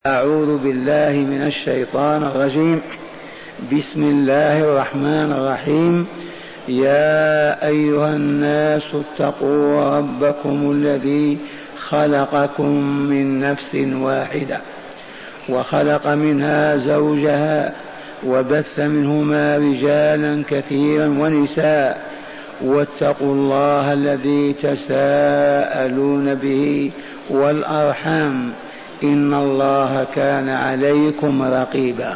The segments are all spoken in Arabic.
أعوذ بالله من الشيطان الرجيم. بسم الله الرحمن الرحيم. يا أيها الناس اتقوا ربكم الذي خلقكم من نفس واحدة وخلق منها زوجها وبث منهما رجالا كثيرا ونساء واتقوا الله الذي تساءلون به والأرحام إن الله كان عليكم رقيبا.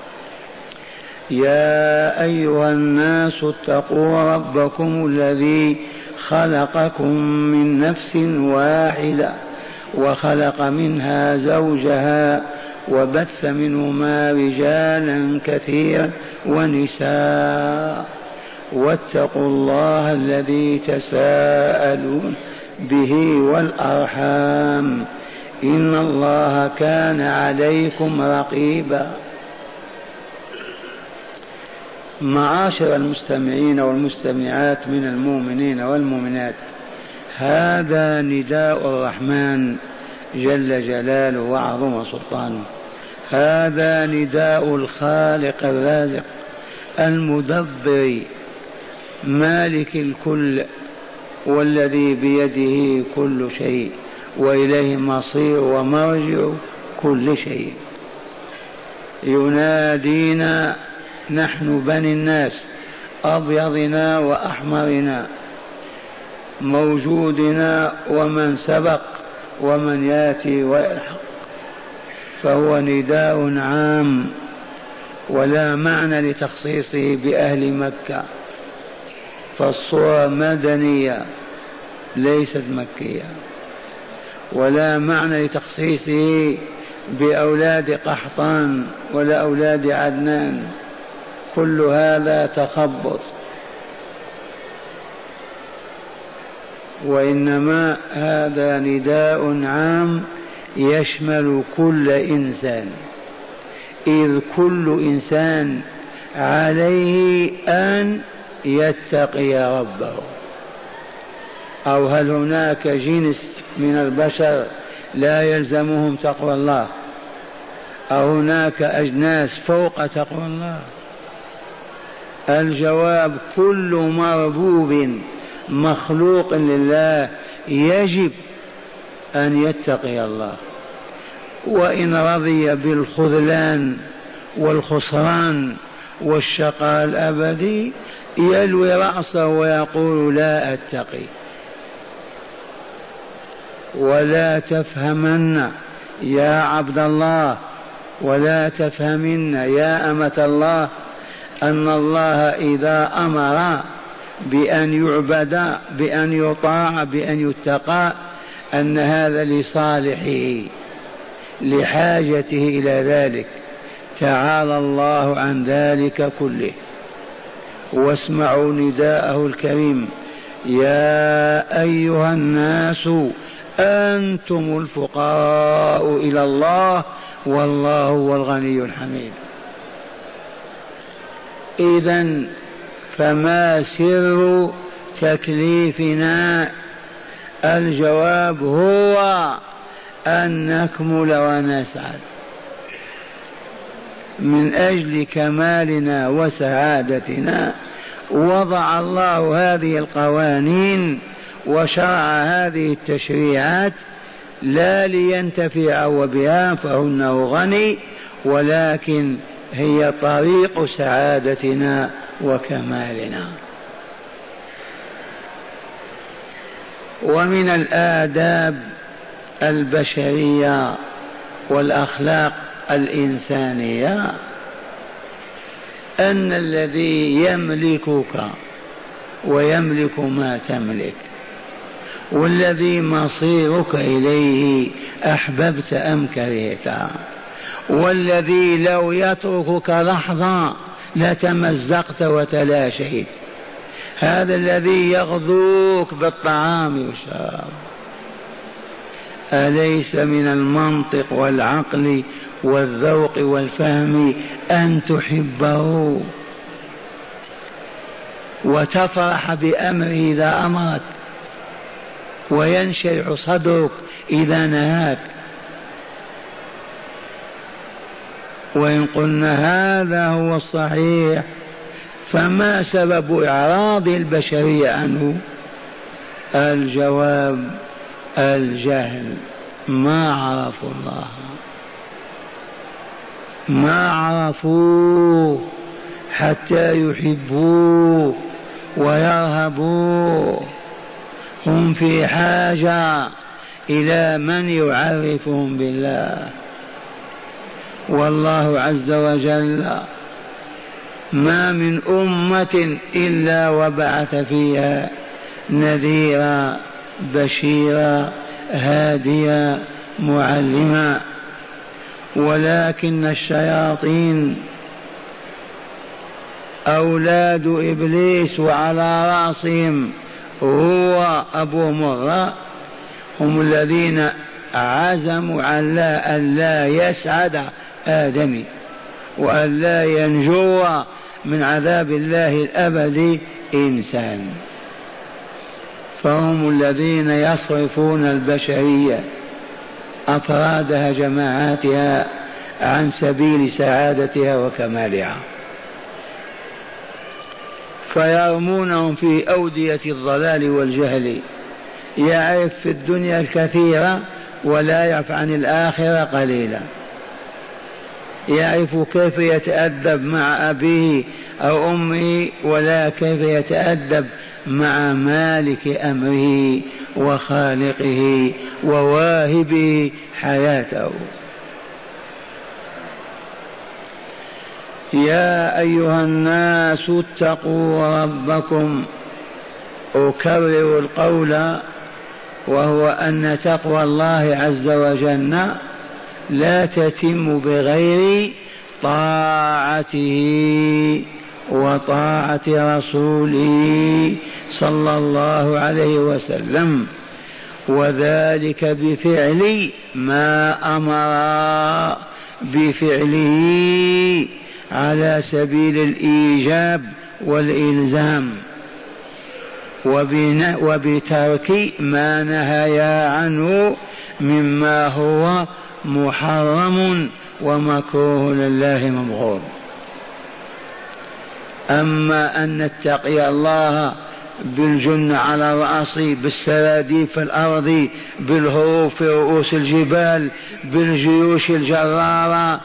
يا أيها الناس اتقوا ربكم الذي خلقكم من نفس واحدة وخلق منها زوجها وبث منهما رجالا كثيرا ونساء واتقوا الله الذي تساءلون به والأرحام إن الله كان عليكم رقيبا. معاشر المستمعين والمستمعات من المؤمنين والمؤمنات، هذا نداء الرحمن جل جلاله وعظم سلطانه، هذا نداء الخالق الرازق المدبر مالك الكل والذي بيده كل شيء وإليه مصير ومرجع كل شيء. ينادينا نحن بني الناس، أبيضنا وأحمرنا، موجودنا ومن سبق ومن ياتي ويلحق، فهو نداء عام ولا معنى لتخصيصه بأهل مكة، فالصورة مدنية ليست مكية، ولا معنى لتخصيصه بأولاد قحطان ولا أولاد عدنان، كل هذا تخبط، وإنما هذا نداء عام يشمل كل إنسان، إذ كل إنسان عليه أن يتقي ربه. أو هل هناك جنس من البشر لا يلزمهم تقوى الله؟ أو هناك أجناس فوق تقوى الله؟ الجواب كل مربوب مخلوق لله يجب أن يتقي الله، وإن رضي بالخذلان والخسران والشقاء الأبدي يلوي رأسه ويقول لا أتقي. ولا تفهمن يا عبد الله ولا تفهمن يا أمة الله أن الله إذا أمر بأن يعبد بأن يطاع بأن يتقى أن هذا لصالحه لحاجته إلى ذلك، تعالى الله عن ذلك كله. واسمعوا نداءه الكريم: يا أيها الناس أنتم الفقراء إلى الله والله هو الغني الحميد. إذن فما سر تكليفنا؟ الجواب هو أن نكمل ونسعد من أجل كمالنا وسعادتنا. وضع الله هذه القوانين وشرع هذه التشريعات لا لينتفع بها فإنه غني، ولكن هي طريق سعادتنا وكمالنا. ومن الآداب البشرية والأخلاق الإنسانية أن الذي يملكك ويملك ما تملك والذي مصيرك إليه أحببت أم كرهت، والذي لو يتركك لحظة لتمزقت وتلاشيت، هذا الذي يغذوك بالطعام والشراب، أليس من المنطق والعقل والذوق والفهم أن تحبه وتفرح بأمره إذا أمرك وينشرح صدرك إذا نهاك؟ وإن قلنا هذا هو الصحيح فما سبب إعراض البشرية عنه؟ الجواب الجهل، ما عرفوا الله، ما عرفوه حتى يحبوه ويرهبوه. هم في حاجة إلى من يعرفهم بالله. والله عز وجل ما من أمة إلا وبعث فيها نذيرا بشيرا هاديا معلما، ولكن الشياطين أولاد إبليس وعلى رأسهم هو أبو مرة هم الذين عزموا على أن لا يسعد آدم وأن لا ينجو من عذاب الله الأبدي إنسان، فهم الذين يصرفون البشرية أفرادها جماعاتها عن سبيل سعادتها وكمالها، فيرمونهم في أودية الضلال والجهل. يعرف في الدنيا الكثير ولا يعرف عن الآخرة قليلا، يعرف كيف يتأدب مع أبيه أو أمه ولا كيف يتأدب مع مالك أمره وخالقه وواهبه حياته. يا أيها الناس اتقوا ربكم. أكرر القول وهو أن تقوى الله عز وجل لا تتم بغير طاعته وطاعة رسوله صلى الله عليه وسلم، وذلك بفعل ما أمر بفعله على سبيل الإيجاب والإلزام، وبترك ما نهى عنه مما هو محرم ومكروه لله مبغوض. أما أن نتقي الله بالجن على الرأس، بالسراديب في الأرض، بالهروب في رؤوس الجبال، بالجيوش الجرارة،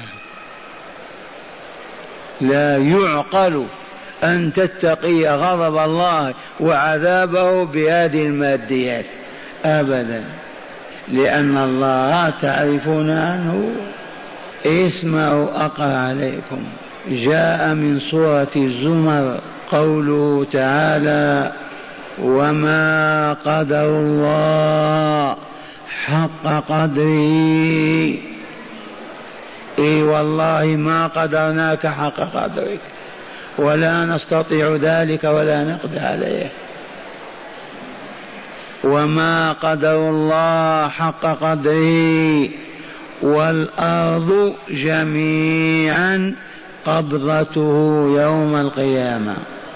لا يعقل أن تتقي غضب الله وعذابه بهذه الماديات أبدا، لأن الله تعرفون عنه. اسمعوا أقرأ عليكم. جاء من سورة الزمر قوله تعالى: وما قدر الله حق قدره. اي والله ما قدرناك حق قدرك، ولا نستطيع ذلك ولا نقدر عليه. وما قدر الله حق قدره والأرض جميعا قبضته يوم القيامة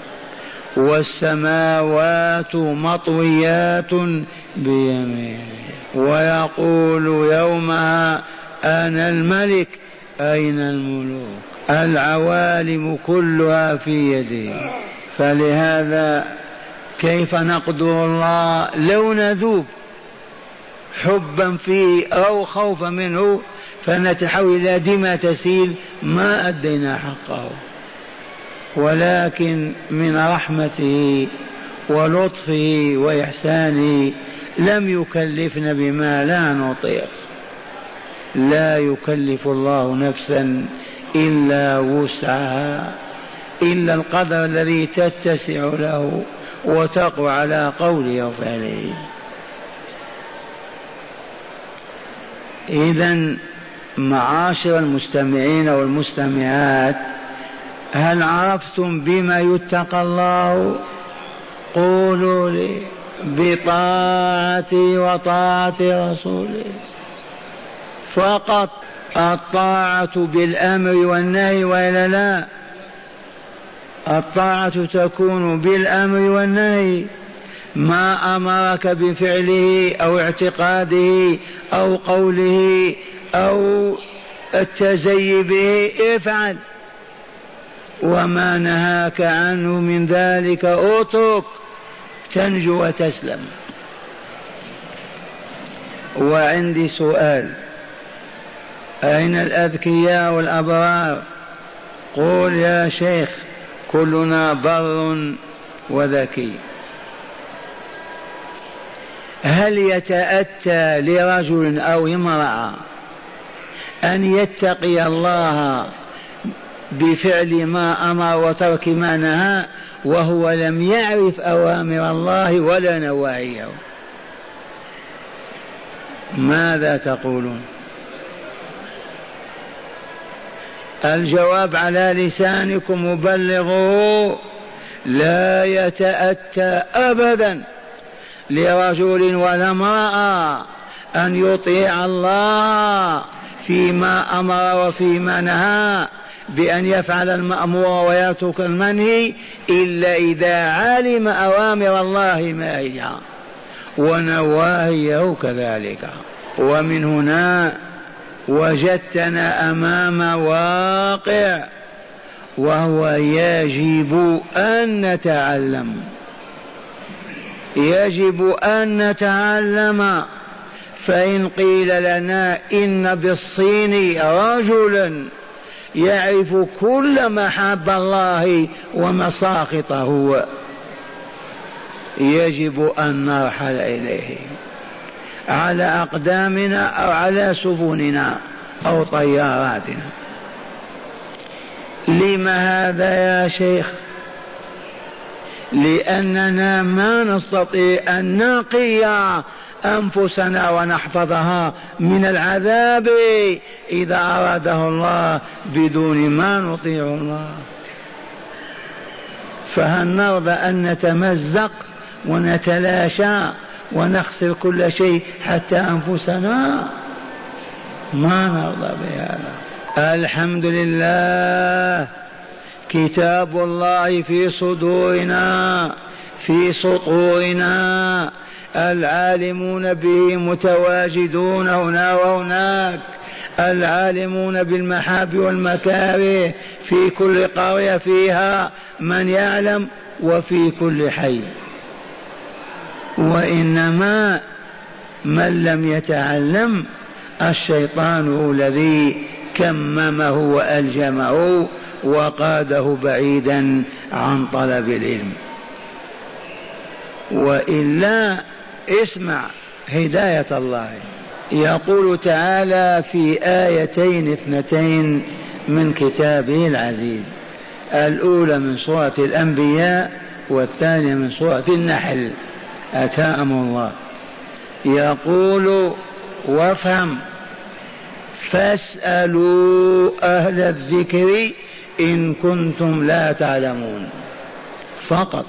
والسماوات مطويات بيمينه، ويقول يومها أنا الملك أين الملوك، العوالم كلها في يدي. فلهذا كيف نقدر الله لو نذوب حبا فيه أو خوفا منه فنتحول إلى دماء تسيل ما أدينا حقه، ولكن من رحمته ولطفه وإحسانه لم يكلفنا بما لا نطيق. لا يكلف الله نفسا إلا وسعها، إلا القدر الذي تتسع له وتقوى على قوله وفعله. إذن معاشر المستمعين والمستمعات، هل عرفتم بما يتقى الله؟ قولوا لي. بطاعته وطاعة رسوله فقط. الطاعة بالأمر والنهي وإلا لا؟ الطاعة تكون بالأمر والنهي، ما أمرك بفعله أو اعتقاده أو قوله أو التزي به افعل، وما نهاك عنه من ذلك اترك تنجو وتسلم. وعندي سؤال، أين الأذكياء والأبرار؟ قول يا شيخ، كلنا بر وذكي. هل يتأتى لرجل أو امرأة أن يتقي الله بفعل ما أمر وترك ما نهى وهو لم يعرف أوامر الله ولا نواهيه؟ ماذا تقولون؟ الجواب على لسانكم مبلغه: لا يتأتى أبدا لرجل ولا امرأة أن يطيع الله فيما أمر وفيما نهى بأن يفعل المأمور ويترك المنهي إلا إذا علم أوامر الله ما هي ونواهيه كذلك. ومن هنا وجدتنا أمام واقع، وهو يجب أن نتعلم، يجب أن نتعلم. فإن قيل لنا إن بالصين رجلا يعرف كل محاب الله ومساخطه، يجب أن نرحل إليه على أقدامنا أو على سفننا أو طياراتنا. لم هذا يا شيخ؟ لأننا ما نستطيع أن نقي أنفسنا ونحفظها من العذاب إذا أراده الله بدون ما نطيع الله. فهل نرضى أن نتمزق ونتلاشى ونخسر كل شيء حتى أنفسنا؟ ما نرضى بهذا. الحمد لله، كتاب الله في صدورنا في سطورنا، العالمون به متواجدون هنا وهناك، العالمون بالمحاب والمكاره في كل قرية فيها من يعلم وفي كل حي. وإنما من لم يتعلم الشيطان هو الذي كممه وألجمه وقاده بعيدا عن طلب العلم. وإلا اسمع هداية الله، يقول تعالى في آيتين اثنتين من كتابه العزيز، الأولى من سورة الأنبياء والثانية من سورة النحل، أتاهم الله. يقول وافهم: فاسألوا أهل الذكر إن كنتم لا تعلمون. فقط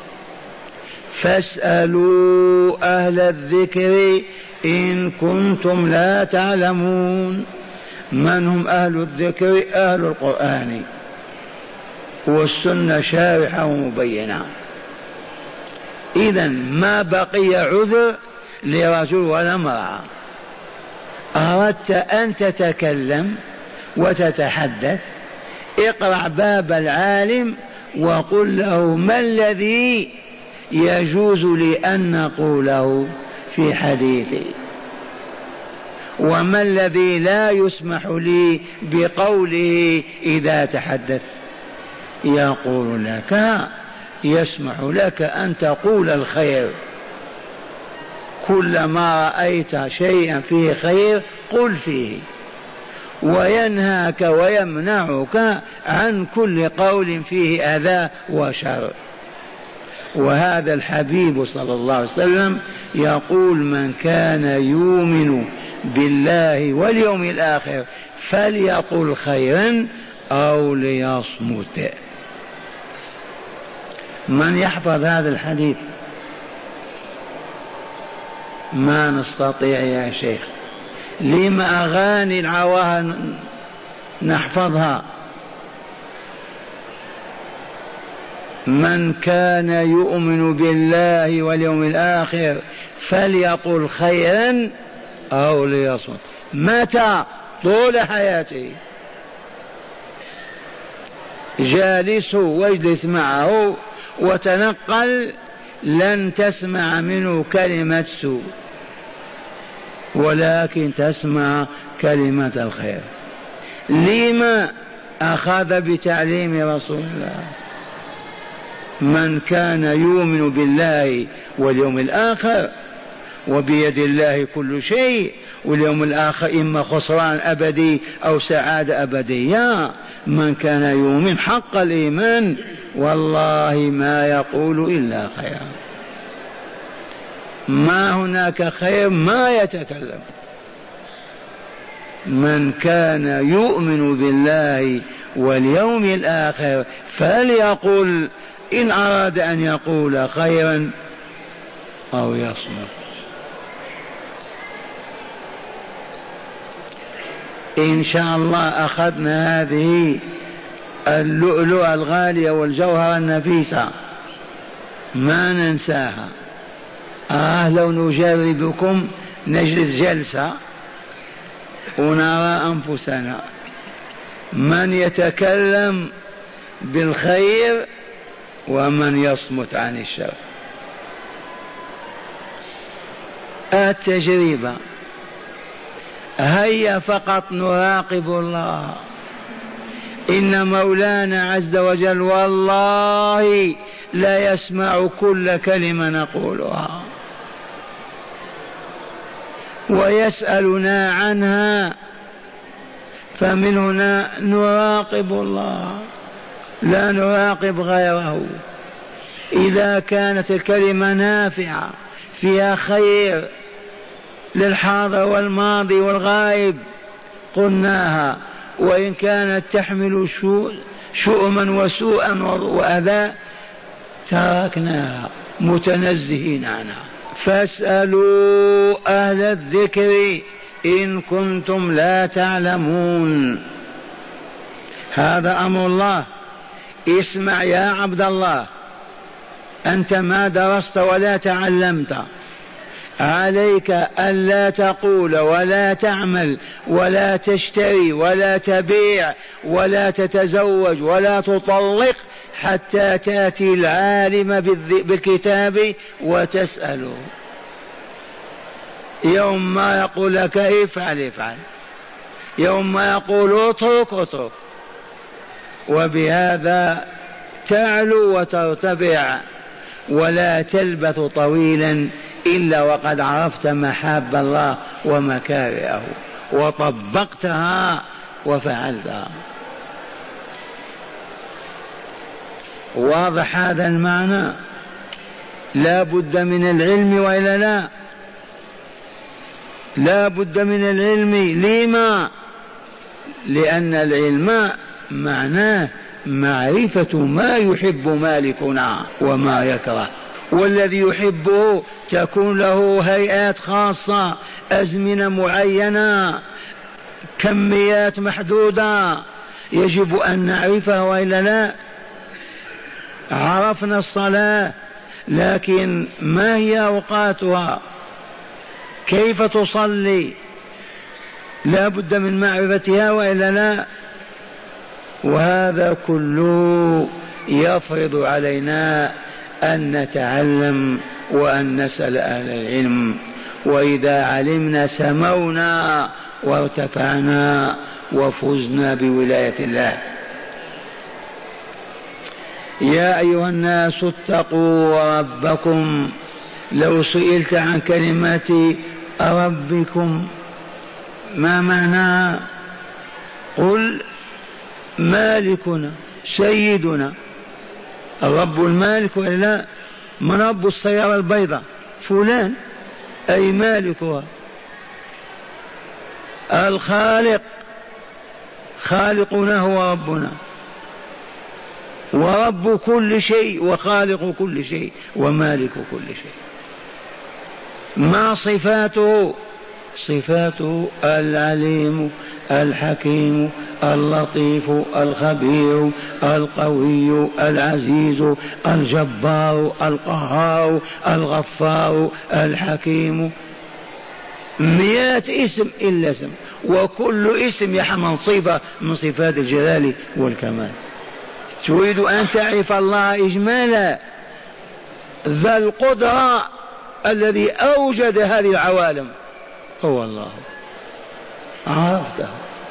فاسألوا أهل الذكر إن كنتم لا تعلمون. من هم أهل الذكر؟ أهل القرآن والسنة شارحة ومبينة. إذن ما بقي عذر لرجل ولا امرأة. أردت أن تتكلم وتتحدث، اقرأ باب العالم وقل له ما الذي يجوز لي أن نقوله في حديثي، وما الذي لا يسمح لي بقوله إذا تحدث. يقول لك يسمح لك أن تقول الخير، كلما رأيت شيئا فيه خير قل فيه، وينهاك ويمنعك عن كل قول فيه أذى وشر. وهذا الحبيب صلى الله عليه وسلم يقول: من كان يؤمن بالله واليوم الآخر فليقل خيرا أو ليصمت. من يحفظ هذا الحديث؟ ما نستطيع يا شيخ. لما أغاني العواها نحفظها؟ من كان يؤمن بالله واليوم الآخر فليقل خيرا أو ليصمت. متى؟ طول حياته، جالسه واجلس معه وتنقل، لن تسمع منه كلمة سوء، ولكن تسمع كلمة الخير. لما أخذ بتعليم رسول الله. من كان يؤمن بالله واليوم الآخر، وبيد الله كل شيء، واليوم الآخر إما خسران أبدي أو سعادة أبدية. من كان يؤمن حق الإيمان والله ما يقول إلا خيرا، ما هناك خير ما يتكلم. من كان يؤمن بالله واليوم الآخر فليقل، إن أراد أن يقول خيرا أو يصمت. إن شاء الله أخذنا هذه اللؤلؤة الغالية والجوهرة النفيسة ما ننساها. لو نجربكم نجلس جلسة ونرى أنفسنا من يتكلم بالخير ومن يصمت عن الشر. التجربة هيا فقط نراقب الله. إن مولانا عز وجل والله لا يسمع كل كلمة نقولها ويسألنا عنها، فمن هنا نراقب الله لا نراقب غيره. إذا كانت الكلمة نافعة فيها خير للحاضر والماضي والغائب قلناها، وإن كانت تحمل شؤما وسوءا وأذى تركناها متنزهين عنها. فاسألوا أهل الذكر إن كنتم لا تعلمون. هذا أمر الله. اسمع يا عبد الله، أنت ما درست ولا تعلمت، عليك ألا تقول ولا تعمل ولا تشتري ولا تبيع ولا تتزوج ولا تطلق حتى تأتي العالم بالكتاب وتسأله. يوم ما يقول لك افعل افعل، يوم ما يقول اترك اترك. وبهذا تعلو وترتفع، ولا تلبث طويلا إلا وقد عرفت محاب الله ومكارهه وطبقتها وفعلتها. واضح هذا المعنى؟ لا بد من العلم وإلا لا؟ لا بد من العلم. لما؟ لأن العلم معناه معرفة ما يحب مالكنا وما يكره، والذي يحبه تكون له هيئات خاصة، أزمنة معينة، كميات محدودة يجب أن نعرفها وإلا لا؟ عرفنا الصلاة لكن ما هي أوقاتها؟ كيف تصلي؟ لا بد من معرفتها وإلا لا؟ وهذا كله يفرض علينا أن نتعلم وأن نسأل أهل العلم. وإذا علمنا سمونا وارتفعنا وفزنا بولاية الله. يا أيها الناس اتقوا ربكم. لو سئلت عن كلمة ربكم ما معناها؟ قل مالكنا سيدنا. الرب المالك ولا لا؟ من رب السيارة البيضاء؟ فلان، أي مالكها. الخالق، خالقنا هو ربنا، ورب كل شيء وخالق كل شيء ومالك كل شيء. ما صفاته؟ صفاته العليم الحكيم اللطيف الخبير القوي العزيز الجبار القهار الغفار الحكيم. 100 اسم إلا اسم، وكل اسم يحمل صفة من صفات الجلال والكمال. تريد أن تعرف الله إجمالا، ذا القدرة الذي أوجد هذه العوالم هو الله، عرفته.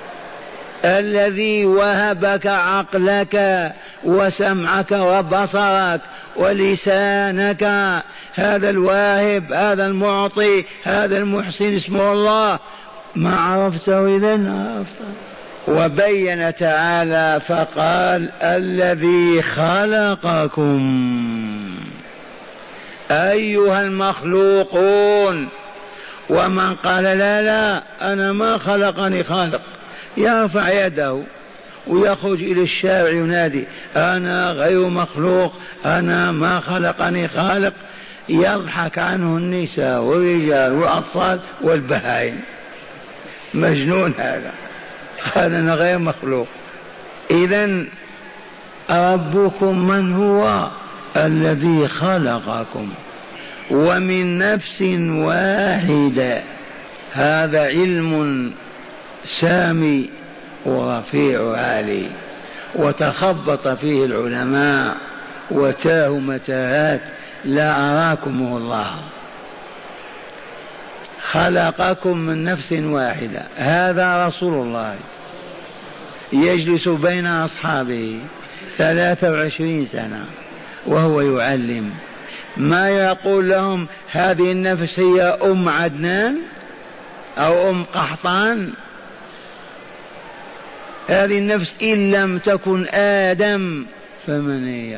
الذي وهبك عقلك وسمعك وبصرك ولسانك، هذا الواهب، هذا المعطي، هذا المحسن اسمه الله. ما عرفته إذن؟ عرفته. وبين تعالى فقال الذي خلقكم أيها المخلوقون. ومن قال لا لا أنا ما خلقني خالق يرفع يده ويخرج إلى الشارع ينادي أنا غير مخلوق، أنا ما خلقني خالق، يضحك عنه النساء والرجال والأطفال والبهائم. مجنون هذا، أنا غير مخلوق. إذن ربكم من هو؟ الذي خلقكم ومن نفس واحدة. هذا علم سامي ورفيع عالي، وتخبط فيه العلماء وتاهوا متاهات لا أراكم الله. خلقكم من نفس واحدة، هذا رسول الله يجلس بين أصحابه 23 سنة وهو يعلم. ما يقول لهم هذه النفس هي أم عدنان أو أم قحطان؟ هذه النفس إن لم تكن آدم فمن هي؟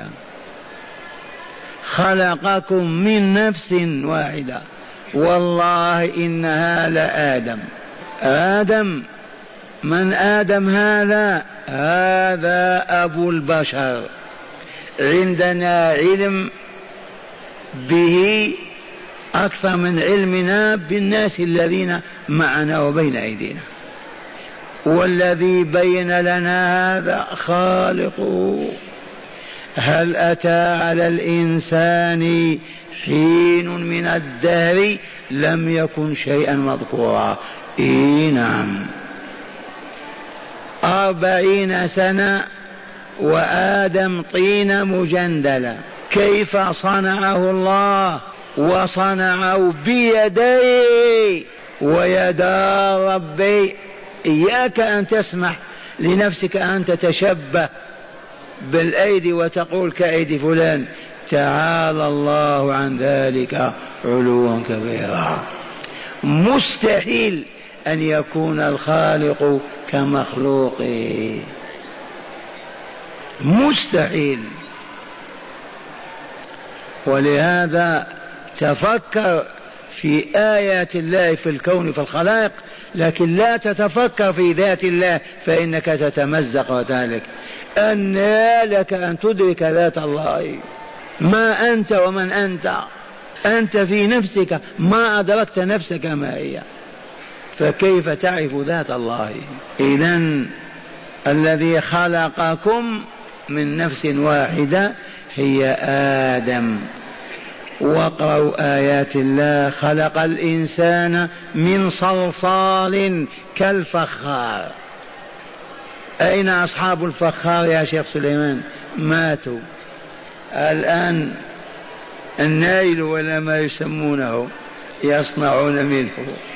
خلقكم من نفس واحدة، والله إنها لآدم. آدم من آدم هذا؟ هذا أبو البشر. عندنا علم به أكثر من علمنا بالناس الذين معنا وبين أيدينا، والذي بين لنا هذا خالقه. هل أتى على الإنسان حين من الدهر لم يكن شيئا مذكورا؟ نعم. 40 سنة وآدم طين مجندلة. كيف صنعه الله؟ وصنعه بيديه ويدا ربي. إياك أن تسمح لنفسك أن تتشبه بالأيدي وتقول كأيدي فلان. تعالى الله عن ذلك علوا كبيرا. مستحيل أن يكون الخالق كمخلوقه، مستحيل. ولهذا تفكر في آيات الله في الكون في الخلائق، لكن لا تتفكر في ذات الله فإنك تتمزق وذلك. أن لك أن تدرك ذات الله؟ ما أنت ومن أنت؟ أنت في نفسك ما أدركت نفسك ما هي، فكيف تعرف ذات الله؟ إذن الذي خلقكم من نفس واحدة هي آدم. واقرأوا آيات الله. خلق الإنسان من صلصال كالفخار. أين أصحاب الفخار يا شيخ سليمان؟ ماتوا. الآن النايل ولا ما يسمونه يصنعون منه.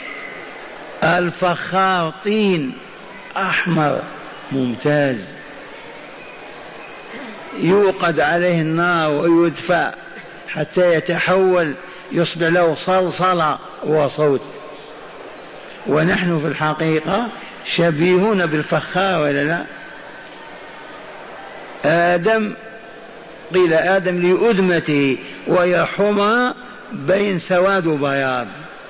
الفخار طين أحمر ممتاز، يوقد عليه النار ويدفع حتى يتحول يصبح له صلصلة وصوت. ونحن في الحقيقة شبيهون بالفخار ولا لا؟ آدم قيل آدم لأدمته وهي حمى بين سواد وبياض،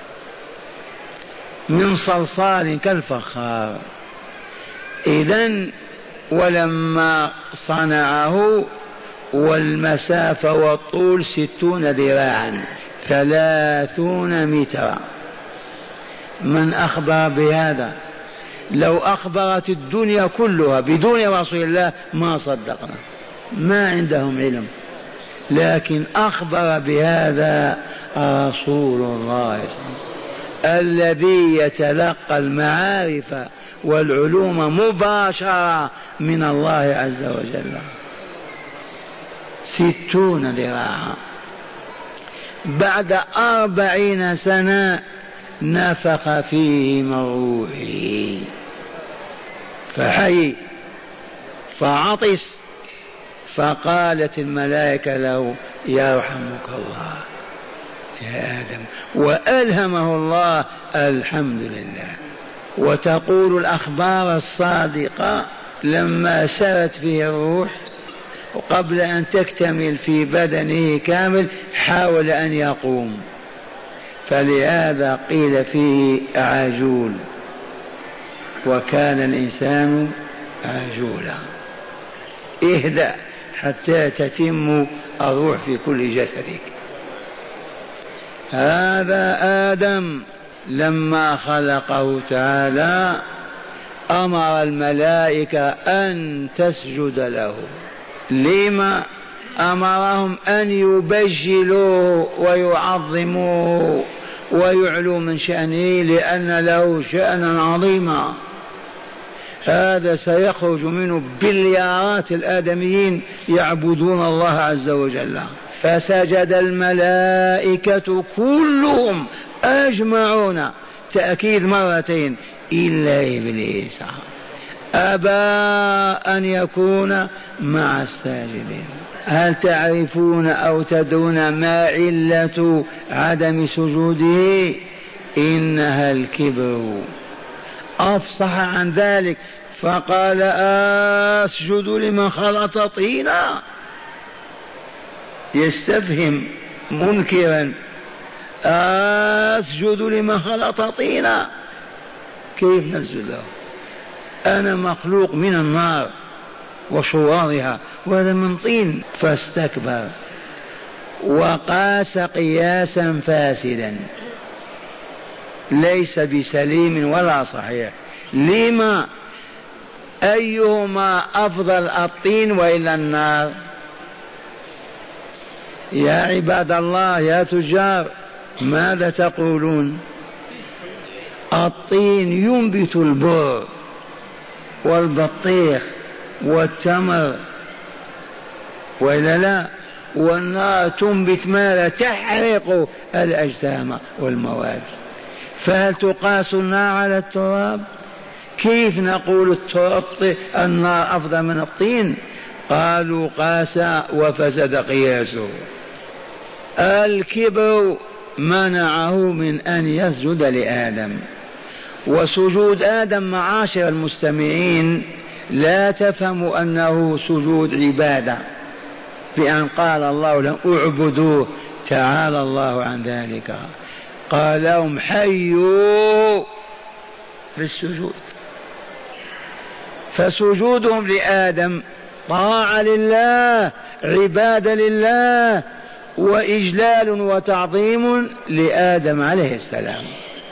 من صلصال كالفخار. إذن ولما صنعه والمسافة والطول 60 ذراعا 30 مترا. من أخبر بهذا؟ لو أخبرت الدنيا كلها بدون رسول الله ما صدقنا، ما عندهم علم. لكن أخبر بهذا رسول الله الذي يتلقى المعارف والعلوم مباشرة من الله عز وجل. 60 ذراعا. بعد 40 سنة نفخ فيه من روحه فحي فعطس، فقالت الملائكة له يرحمك الله يا آدم، وألهمه الله الحمد لله. وتقول الأخبار الصادقة لما سرت فيه الروح وقبل أن تكتمل في بدنه كامل حاول أن يقوم، فلهذا قيل فيه عجول، وكان الإنسان عجولا. اهدأ حتى تتم الروح في كل جسدك. هذا آدم لما خلقه تعالى أمر الملائكة أن تسجد له. لما أمرهم؟ أن يبجلوه ويعظموه ويعلوا من شأنه، لأن له شأنا عظيما. هذا سيخرج منه بليارات الآدميين يعبدون الله عز وجل. فسجد الملائكة كلهم أجمعون، تأكيد مرتين، إلا إبليس أبى أن يكون مع الساجدين. هل تعرفون أو تدرون ما علة عدم سجوده؟ إنها الكبر. أفصح عن ذلك فقال أسجد لمن خلق طينا، يستفهم منكرا، أسجد لمن خلق طينا، كيف نسجد له؟ أنا مخلوق من النار وشرارها وهذا من طين. فاستكبر وقاس قياسا فاسدا ليس بسليم ولا صحيح. لما؟ أيهما أفضل، الطين وإلا النار؟ يا عباد الله يا تجار ماذا تقولون؟ الطين ينبت البر والبطيخ والتمر وإلا لا، والنار تنبت ماذا؟ تحرق الأجسام والمواد. فهل تقاس النار على التراب؟ كيف نقول النار أفضل من الطين؟ قالوا قاس وفسد قياسه. الكبر منعه من أن يسجد لآدم. وسجود آدم معاشر المستمعين لا تفهموا أنه سجود عبادة بأن قال الله لهم اعبدوه، تعالى الله عن ذلك. قال لهم حيوا في السجود. فسجودهم لآدم طاعة لله، عبادة لله، وإجلال وتعظيم لآدم عليه السلام.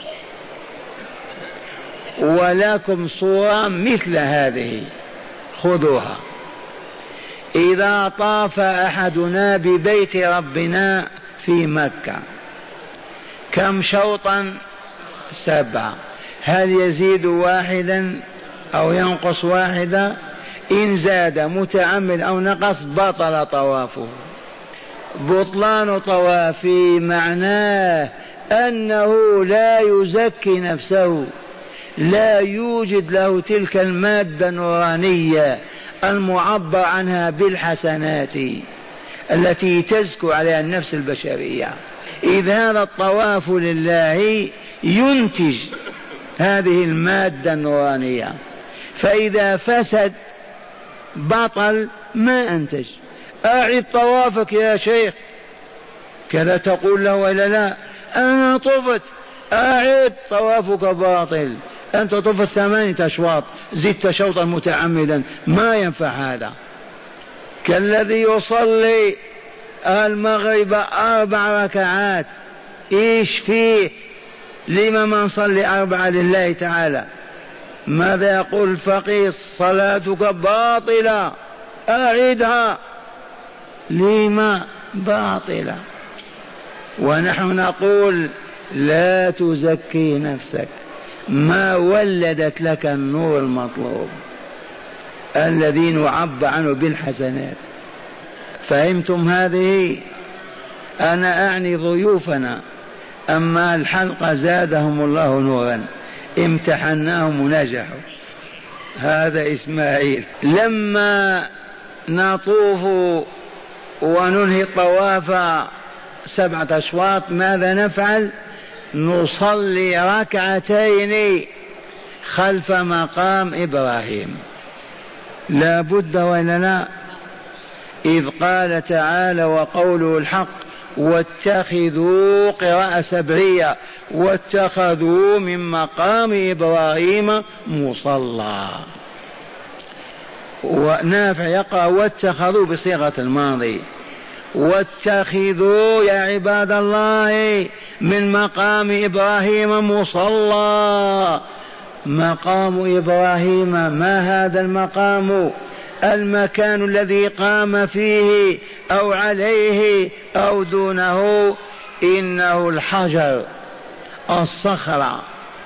ولكم صورة مثل هذه خذوها. إذا طاف أحدنا ببيت ربنا في مكة كم شوطا؟ 7. هل يزيد واحدا أو ينقص واحدا؟ إن زاد متعمد أو نقص بطل طوافه. بطلان طوافه معناه أنه لا يزكي نفسه، لا يوجد له تلك المادة النورانية المعبر عنها بالحسنات التي تزكو عليها النفس البشرية. إذ هذا الطواف لله ينتج هذه المادة النورانية، فإذا فسد بطل ما أنتج. أعد طوافك يا شيخ، كذا تقول له ولا لا؟ أنا طفت، أعد طوافك باطل، أنت طفت 8 أشواط زدت شوطا متعمدا، ما ينفع هذا. كالذي يصلي المغرب 4 ركعات، إيش فيه؟ لما ما نصلي 4 لله تعالى؟ ماذا يقول الفقيه؟ صلاتك باطلة، أعيدها. لما باطلة؟ ونحن نقول لا تزكي نفسك، ما ولدت لك النور المطلوب الذي نعبر عنه بالحسنات. فهمتم هذه؟ أنا أعني ضيوفنا، أما الحلقة زادهم الله نورا، امتحناهم ونجحوا. هذا إسماعيل. لما نطوف وننهي الطواف 7 أشواط ماذا نفعل؟ نصلي ركعتين خلف مقام إبراهيم، لا بد ولا لا؟ إذ قال تعالى وقوله الحق واتخذوا قراءة سبعية واتخذوا من مقام إبراهيم مصلى، ونافع يقرأ واتخذوا بصيغة الماضي. واتخذوا يا عباد الله من مقام إبراهيم مصلى. مقام إبراهيم ما هذا المقام؟ المكان الذي قام فيه أو عليه أو دونه، إنه الحجر، الصخرة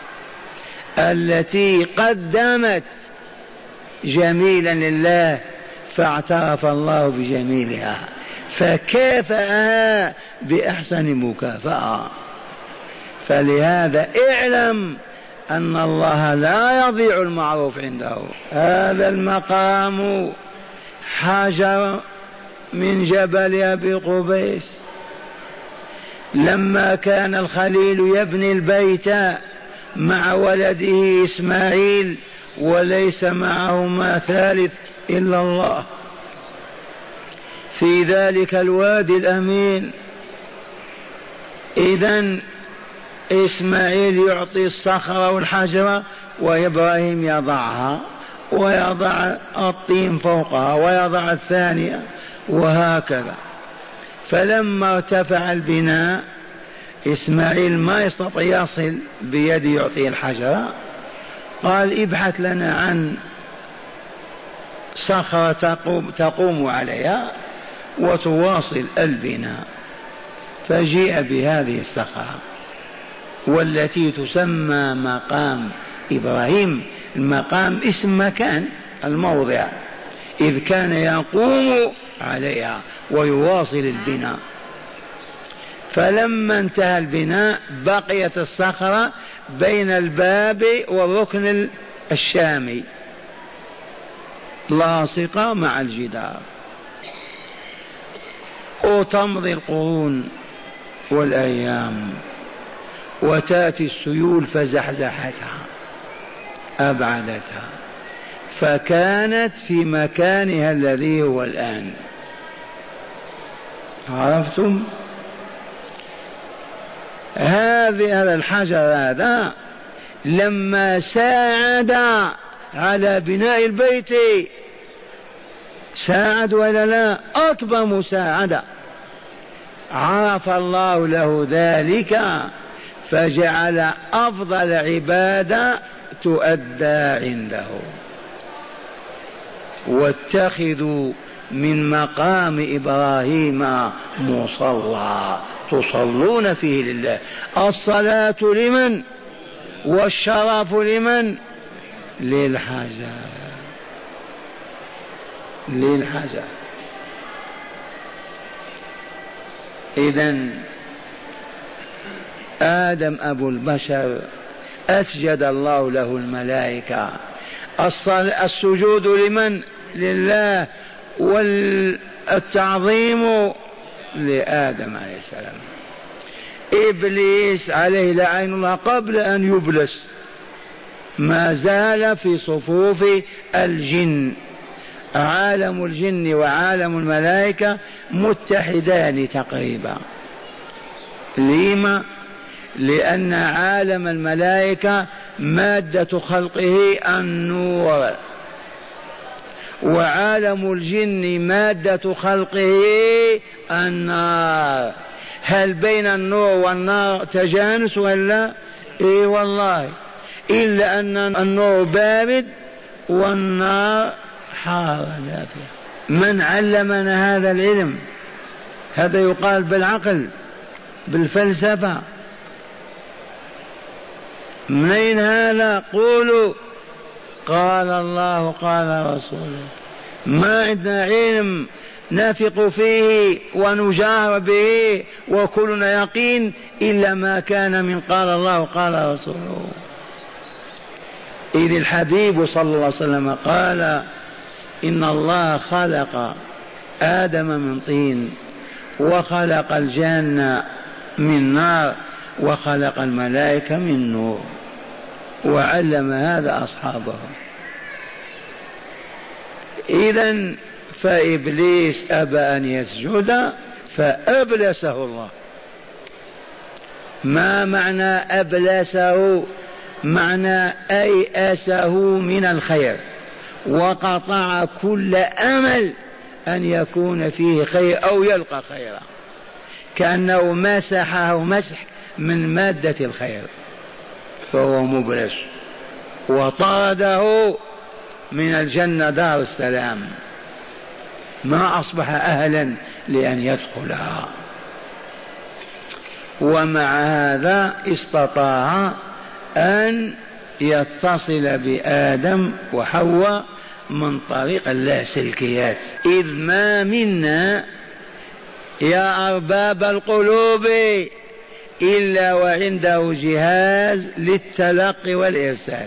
التي قدمت جميلا لله فاعترف الله بجميلها فكافأها بأحسن مكافأة. فلهذا اعلم أن الله لا يضيع المعروف عنده. هذا المقام حجر من جبل أبي قبيس. لما كان الخليل يبني البيت مع ولده إسماعيل وليس معهما ثالث إلا الله في ذلك الوادي الأمين، إذن إسماعيل يعطي الصخرة والحجرة وإبراهيم يضعها ويضع الطين فوقها ويضع الثانية وهكذا. فلما ارتفع البناء إسماعيل ما يستطيع يصل بيده يعطي الحجرة، قال ابحث لنا عن صخرة تقوم عليها وتواصل البناء. فجيء بهذه الصخرة والتي تسمى مقام إبراهيم. المقام اسم مكان، الموضع، إذ كان يقوم عليها ويواصل البناء. فلما انتهى البناء بقيت الصخرة بين الباب والركن الشامي لاصقة مع الجدار. وتمضي القرون والأيام وتأتي السيول فزحزحتها أبعدتها فكانت في مكانها الذي هو الآن. عرفتم؟ هذا الحجر هذا لما ساعد على بناء البيت، ساعد ولا لا؟ أكبر مساعدة. عرف الله له ذلك فجعل أفضل عبادة تؤدى عنده. واتخذوا من مقام إبراهيم مصلى تصلون فيه لله. الصلاة لمن؟ والشرف لمن؟ للحجر. للحجر. إذن آدم أبو البشر أسجد الله له الملائكة. السجود لمن؟ لله، والتعظيم لآدم عليه السلام. إبليس عليه لعين الله قبل أن يبلس ما زال في صفوف الجن. عالم الجن وعالم الملائكة متحدان تقريبا. لما؟ لأن عالم الملائكة مادة خلقه النور، وعالم الجن مادة خلقه النار. هل بين النور والنار تجانس ولا؟ إيه والله، إلا أن النور بارد والنار حارة دافئة. من علمنا هذا العلم؟ هذا يقال بالعقل، بالفلسفة. منين هذا؟ قولوا قال الله قال رسوله. ما عندنا علم نثق فيه ونجار به وكلنا يقين إلا ما كان من قال الله قال رسوله. إذ الحبيب صلى الله عليه وسلم قال إن الله خلق آدم من طين وخلق الجنة من نار وخلق الملائكة من نور وعلم هذا أصحابه. إذن فإبليس أبى أن يسجد فأبلسه الله. ما معنى أبلسه؟ معنى أيأسه من الخير وقطع كل أمل أن يكون فيه خير أو يلقى خيرا، كأنه مسحه مسح من مادة الخير، فهو مبلس وطرده من الجنة دار السلام، ما أصبح أهلا لأن يدخلها. ومع هذا استطاع أن يتصل بآدم وحواء من طريق اللاسلكيات. إذ ما منا يا أرباب القلوب إلا وعنده جهاز للتلقي والإرسال،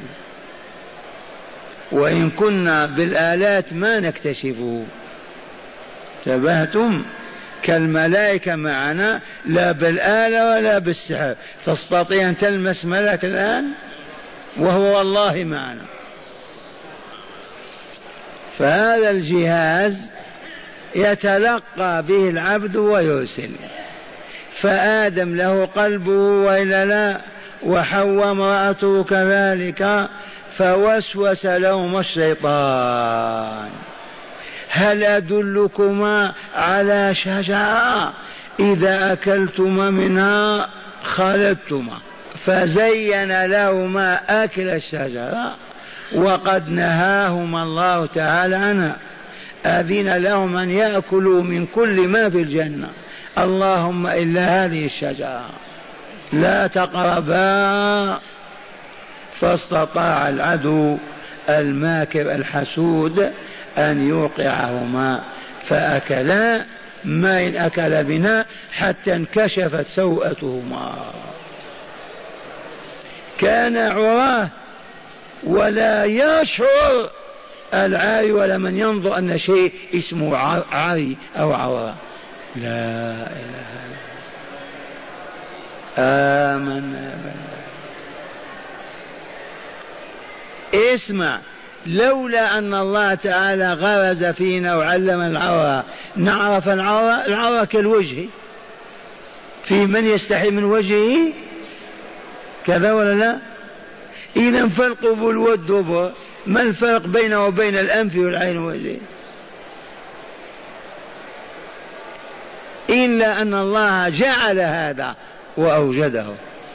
وإن كنا بالآلات ما نكتشفه. انتبهتم؟ كالملائكة معنا، لا بالآلة ولا بالسحر. تستطيع أن تلمس ملك الآن وهو والله معنا. فهذا الجهاز يتلقى به العبد ويرسل. فآدم له قلبه وإلا لا، وحواء امرأته كذلك، فوسوس لهما الشيطان هل أدلكما على شجرة إذا أكلتما منها خلدتما، فزين لهما أكل الشجرة وقد نهاهما الله تعالى عنها. أذن لهم أن يأكلوا من كل ما في الجنة اللهم إلا هذه الشجرة لا تقربا. فاستطاع العدو الماكر الحسود أن يوقعهما فأكلا ما إن أكل بنا حتى انكشفت سوءتهما. كان عراه ولا يشعر العاري ولا من ينظر أن شيء اسمه عاري أو عورة. لا إله إلا الله. آمنا بالله. اسمع، لولا أن الله تعالى غرز فينا وعلم العورة نعرف العورة. العورة كالوجه، في من يستحي من وجهه كذا ولا لا؟ إذا فالقبول والدبر ما الفرق بينه وبين الأنف والعين والوجه؟ إلا أن الله جعل هذا وأوجده.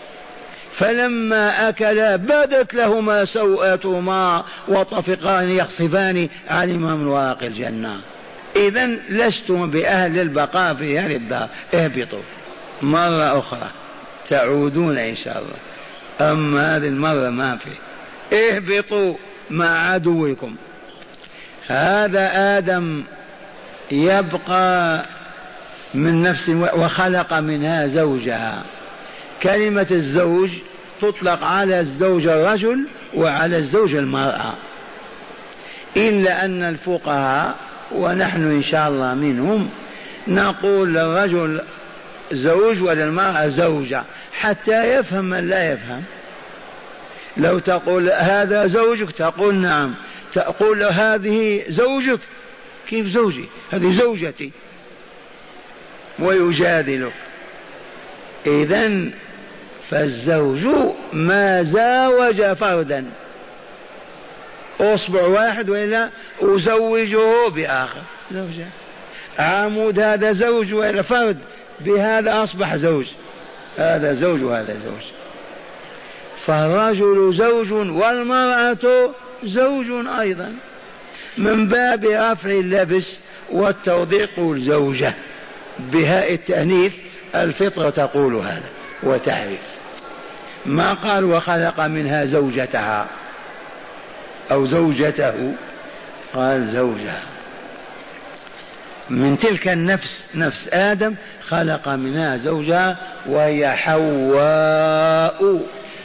فلما أكلا بدت لهما سوءاتهما وطفقان يخصفان عليهما من ورق الجنة. إذن لستم بأهل البقاء في هذه الدار، اهبطوا مرة أخرى تعودون إن شاء الله، أما هذه المرة ما في. اهبطوا مع عدوكم. هذا آدم يبقى من نفس وخلق منها زوجها. كلمة الزوج تطلق على الزوج الرجل وعلى الزوج المرأة، إلا أن الفقهاء ونحن إن شاء الله منهم نقول للرجل زوج وللمرأة زوجة حتى يفهم من لا يفهم. لو تقول هذا زوجك تقول نعم، تقول هذه زوجك كيف زوجي؟ هذه زوجتي، ويجادلك. إذن فالزوج ما زاوج فردا، أصبع واحد وإلا أزوجه بآخر زوجة. عمود هذا زوج وإلا فرد، بهذا أصبح زوج، هذا زوج وهذا زوج. فالرجل زوج والمرأة زوج أيضا، من باب رفع اللبس والتوضيح قول زوجة بهاء التأنيث. الفطرة تقول هذا وتعرف. ما قال وخلق منها زوجتها أو زوجته، قال زوجها. من تلك النفس، نفس آدم، خلق منها زوجها وهي حواء.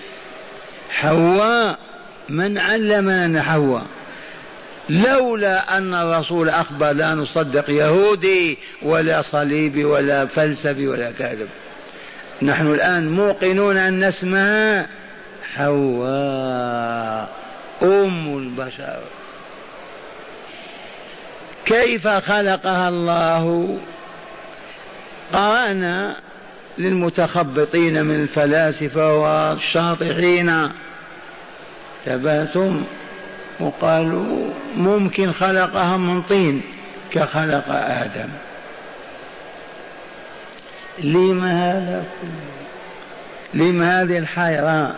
حواء من علمنا أن حواء؟ لولا أن الرسول أخبر لا نصدق يهودي ولا صليبي ولا فلسفي ولا كاذب. نحن الآن موقنون أن اسمها حواء أم البشر. كيف خلقها الله؟ قرأنا للمتخبطين من الفلاسفة والشاطحين تباتم وقالوا ممكن خلقها من طين كخلق آدم. لما هذا كله؟ لما هذه الحيرة؟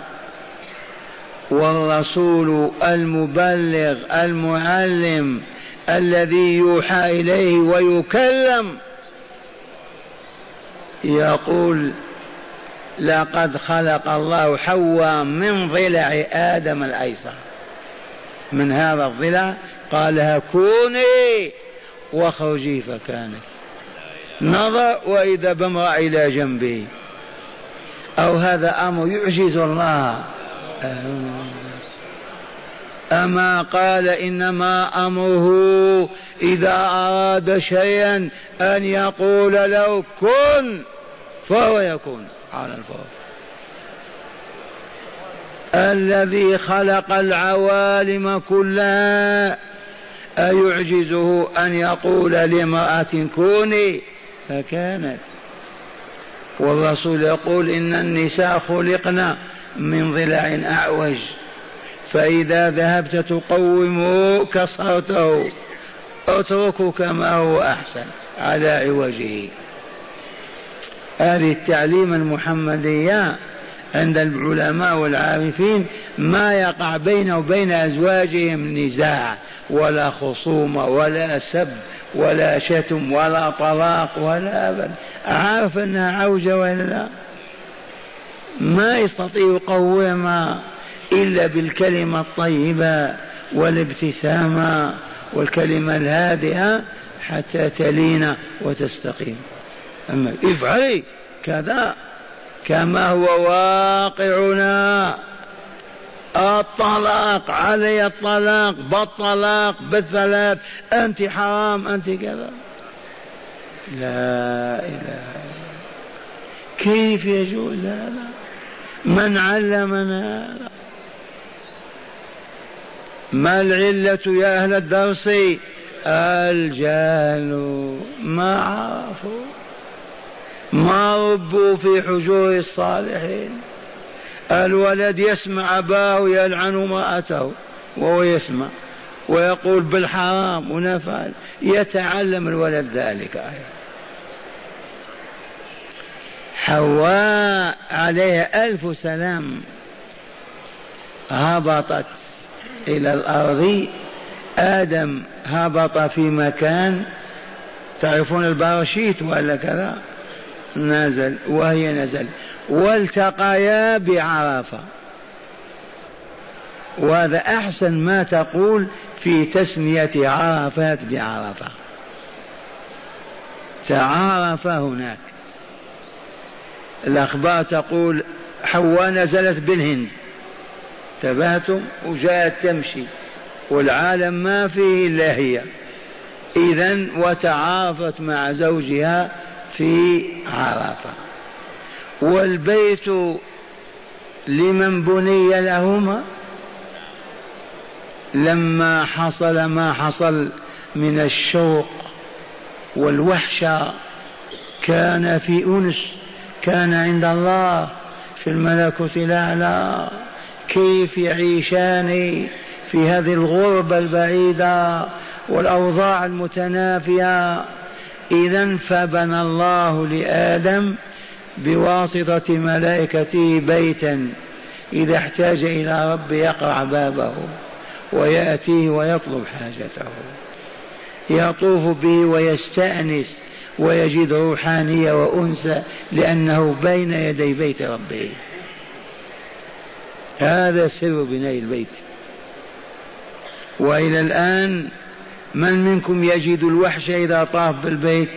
والرسول المبلغ المعلم الذي يوحى إليه ويكلم يقول لقد خلق الله حواء من ضلع آدم الأيسر، من هذا الضلع قالها كوني واخرجي فكانت. نظر وإذا بامرأة إلى جنبه. أو هذا أمر يعجز الله؟ أما قال إنما أمره إذا أراد شيئا أن يقول له كن فهو يكون على الفور. الذي خلق العوالم كلها أيعجزه أن يقول لامرأة كوني فكانت؟ والرسول يقول إن النساء خلقنا من ضلع أعوج، فإذا ذهبت تقومه كسرته، اتركه كما هو أحسن على عوجه. هذه التعليم المحمدية عند العلماء والعارفين ما يقع بينه وبين أزواجهم نزاع ولا خصومة ولا سب ولا شتم ولا طلاق ولا أبد. عارف أنها عوجة ولا لا؟ ما يستطيع يقومها إلا بالكلمة الطيبة والابتسامة والكلمة الهادئة حتى تلين وتستقيم. أما افعلي كذا كما هو واقعنا، الطلاق علي الطلاق بالطلاق بالثلاث، أنت حرام أنت كذا. لا إله إلا الله. كيف يجوز هذا؟ من علمنا هذا؟ ما العلة يا أهل الدرس؟ الجهل، ما عرفوا، ما ربوا في حجور الصالحين. الولد يسمع أباه يلعن امرأته وهو يسمع ويقول بالحرام ونفعل، يتعلم الولد ذلك. حواء عليها 1000 سلام هبطت إلى الأرض، آدم هبط في مكان، تعرفون الباراشيت ولا كذا، نزل وهي نزل، والتقيا بعرفة. وهذا أحسن ما تقول في تسمية عرفات بعرفة، تعارف هناك. الأخبار تقول حواء نزلت بالهند، تبهتم، وجاءت تمشي والعالم ما فيه إلا هي، إذن وتعارفت مع زوجها في عرفة. والبيت لمن بني لهما؟ لما حصل ما حصل من الشوق والوحشة كان في أنس، كان عند الله في الملكوت الأعلى. كيف يعيشان في هذه الغربة البعيدة والأوضاع المتنافية؟ إذن فبنى الله لآدم بواسطة ملائكته بيتا، إذا احتاج إلى رب يقرع بابه ويأتيه ويطلب حاجته، يطوف به ويستأنس ويجد روحانية وأنسة لأنه بين يدي بيت ربه. هذا سر بناء البيت. وإلى الآن من منكم يجد الوحش إذا طاف بالبيت؟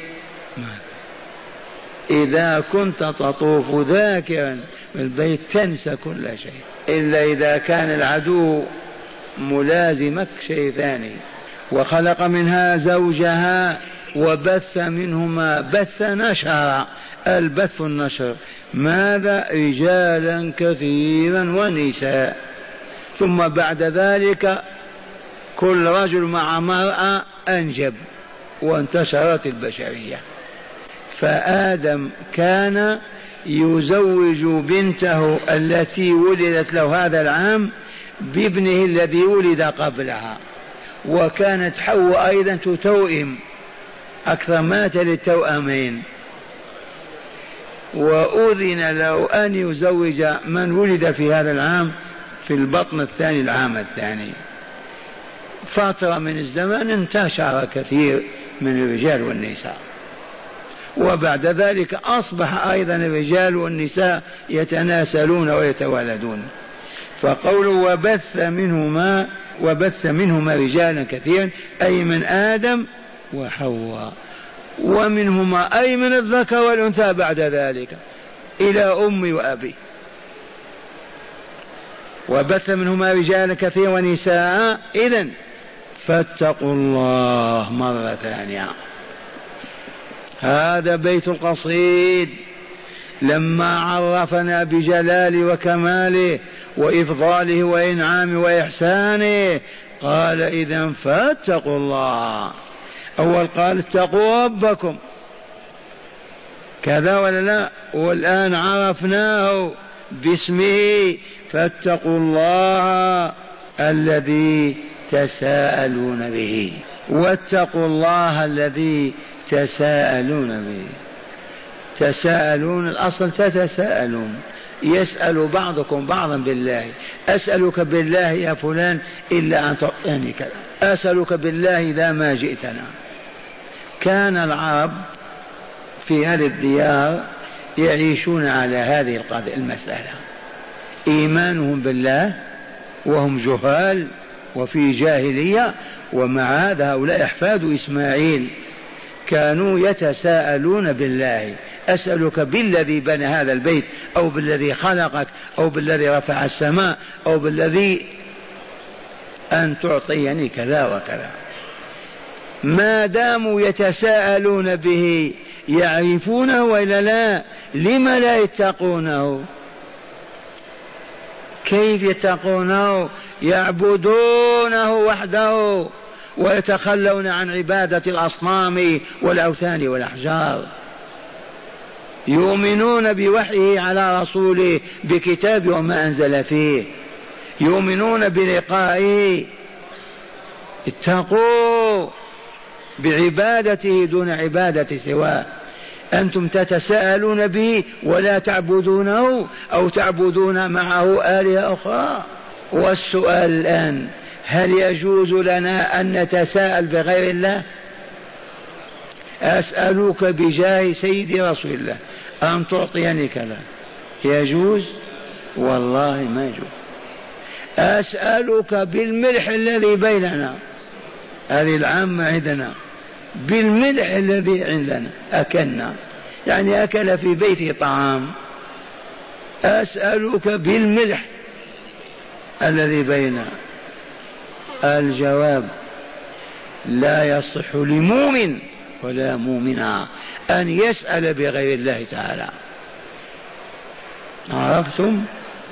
إذا كنت تطوف ذاكرا بالبيت تنسى كل شيء، إلا إذا كان العدو ملازمك شيء ثاني. وخلق منها زوجها وبث منهما بث نشر، البث النشر ماذا؟ رجالا كثيرا ونساء. ثم بعد ذلك كل رجل مع مرأة أنجب وانتشرت البشرية. فآدم كان يزوج بنته التي ولدت له هذا العام بابنه الذي ولد قبلها، وكانت حواء أيضا تتوئم أكثر ما للتوأمين، وأذن له أن يزوج من ولد في هذا العام في البطن الثاني العام الثاني. فترة من الزمن انتشر كثير من الرجال والنساء، وبعد ذلك أصبح أيضا الرجال والنساء يتناسلون ويتولدون. فقوله وبث منهما رجالا كثيرا أي من آدم وحواء، ومنهما أي من الذكر والأنثى بعد ذلك إلى أم وأبي. وبث منهما رجالا كثيرا ونساء. إذن فاتقوا الله مرة ثانية. هذا بيت القصيد لما عرفنا بجلاله وكماله وإفضاله وإنعامه وإحسانه قال إذن فاتقوا الله. أول قال اتقوا ربكم كذا ولا لا؟ والآن عرفناه باسمه فاتقوا الله الذي تساءلون به. واتقوا الله الذي تساءلون به. تساءلون الأصل تتساءلون، يسأل بعضكم بعضا بالله. أسألك بالله يا فلان إلا أن تعطيني كذا، أسألك بالله إذا ما جئتنا. كان العرب في هذه الديار يعيشون على هذه المسألة، إيمانهم بالله وهم جهال وفي جاهلية، ومع هذا هؤلاء أحفاد إسماعيل كانوا يتساءلون بالله. أسألك بالذي بنى هذا البيت، أو بالذي خلقك، أو بالذي رفع السماء، أو بالذي أن تعطيني كذا وكذا. ما داموا يتساءلون به يعرفونه وإلا لا؟ لم لا يتقونه؟ كيف يتقونه؟ يعبدونه وحده ويتخلون عن عبادة الأصنام والأوثان والأحجار. يؤمنون بوحيه على رسوله بكتاب وما أنزل فيه، يؤمنون بلقائه. اتقوا بعبادته دون عبادة سواه. أنتم تتساءلون به ولا تعبدونه، أو تعبدون معه آلهة أخرى. والسؤال الآن هل يجوز لنا أن نتساءل بغير الله؟ أسألك بجاه سيدي رسول الله أن تعطيني كذا، يجوز؟ والله ما يجوز. أسألك بالملح الذي بيننا، هذه العامة عندنا، بالملح الذي عندنا أكلنا، يعني أكل في بيته طعام. أسألك بالملح الذي بيننا. الجواب لا يصح لمؤمن ولا مؤمنة أن يسأل بغير الله تعالى. عرفتم؟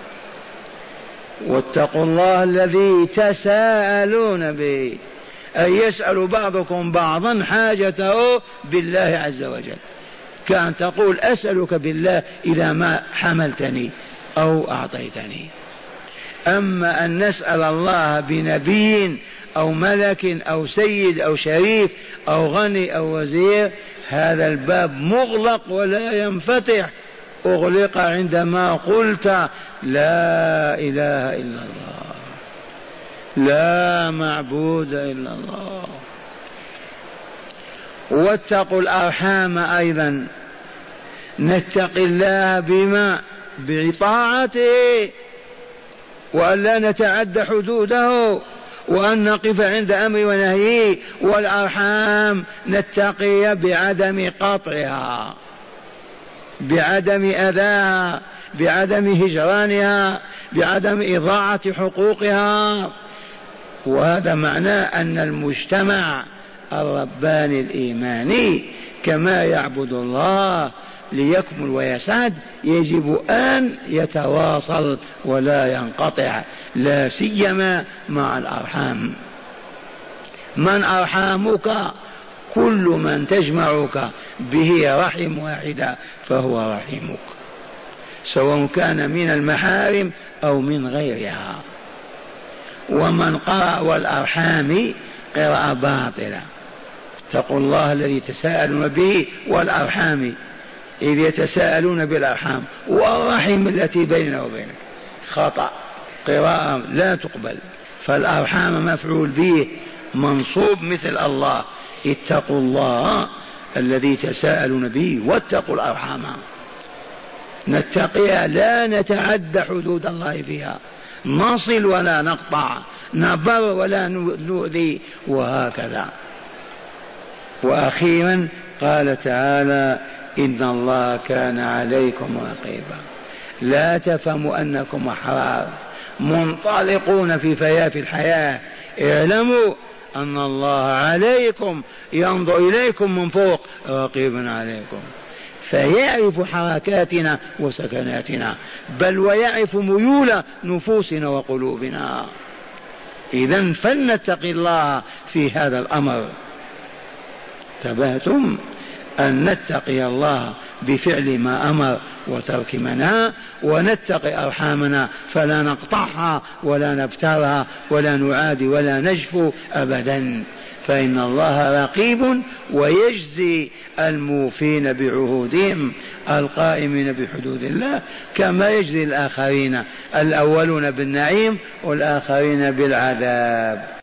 واتقوا الله الذي تساءلون به، أن يسأل بعضكم بعضا حاجته بالله عز وجل، كأن تقول أسألك بالله إذا ما حملتني أو أعطيتني. أما أن نسأل الله بنبي أو ملك أو سيد أو شريف أو غني أو وزير، هذا الباب مغلق ولا ينفتح. أغلق عندما قلت لا إله إلا الله، لا معبود إلا الله. واتقوا الأرحام أيضا، نتقي الله بما؟ بطاعته. وأن لا نتعدى حدوده، وأن نقف عند أمر ونهيه. والأرحام نتقي بعدم قطعها، بعدم أذاها، بعدم هجرانها، بعدم إضاعة حقوقها. وهذا معناه أن المجتمع الرباني الإيماني كما يعبد الله ليكمل ويسعد يجب أن يتواصل ولا ينقطع، لا سيما مع الأرحام. من أرحامك؟ كل من تجمعك به رحم واحدة فهو رحمك، سواء كان من المحارم أو من غيرها. ومن قرأ والأرحام قراءة باطلة. اتقوا الله الذي تساءلون به والأرحام، إذ يتساءلون بالأرحام والرحم التي بيننا وبينك، خطأ، قراءة لا تقبل. فالأرحام مفعول به منصوب مثل الله، اتقوا الله الذي تساءلون به واتقوا الأرحام. نتقيها، لا نتعدى حدود الله فيها، نصل ولا نقطع، نبر ولا نؤذي، وهكذا. وأخيرا قال تعالى: إن الله كان عليكم رقيبا. لا تفهموا أنكم أحرار منطلقون في فيافي الحياة، اعلموا أن الله عليكم، ينظر إليكم من فوق، رقيب عليكم، فيعرف حركاتنا وسكناتنا، بل ويعرف ميول نفوسنا وقلوبنا. إذن فلنتق الله في هذا الأمر. انتبهتم؟ أن نتقي الله بفعل ما أمر وترك ما نهى، ونتقي أرحامنا فلا نقطعها ولا نبترها ولا نعادي ولا نجفو أبدا، فإن الله رقيب ويجزي الموفين بعهودهم القائمين بحدود الله، كما يجزي الآخرين، الأولون بالنعيم والآخرين بالعذاب.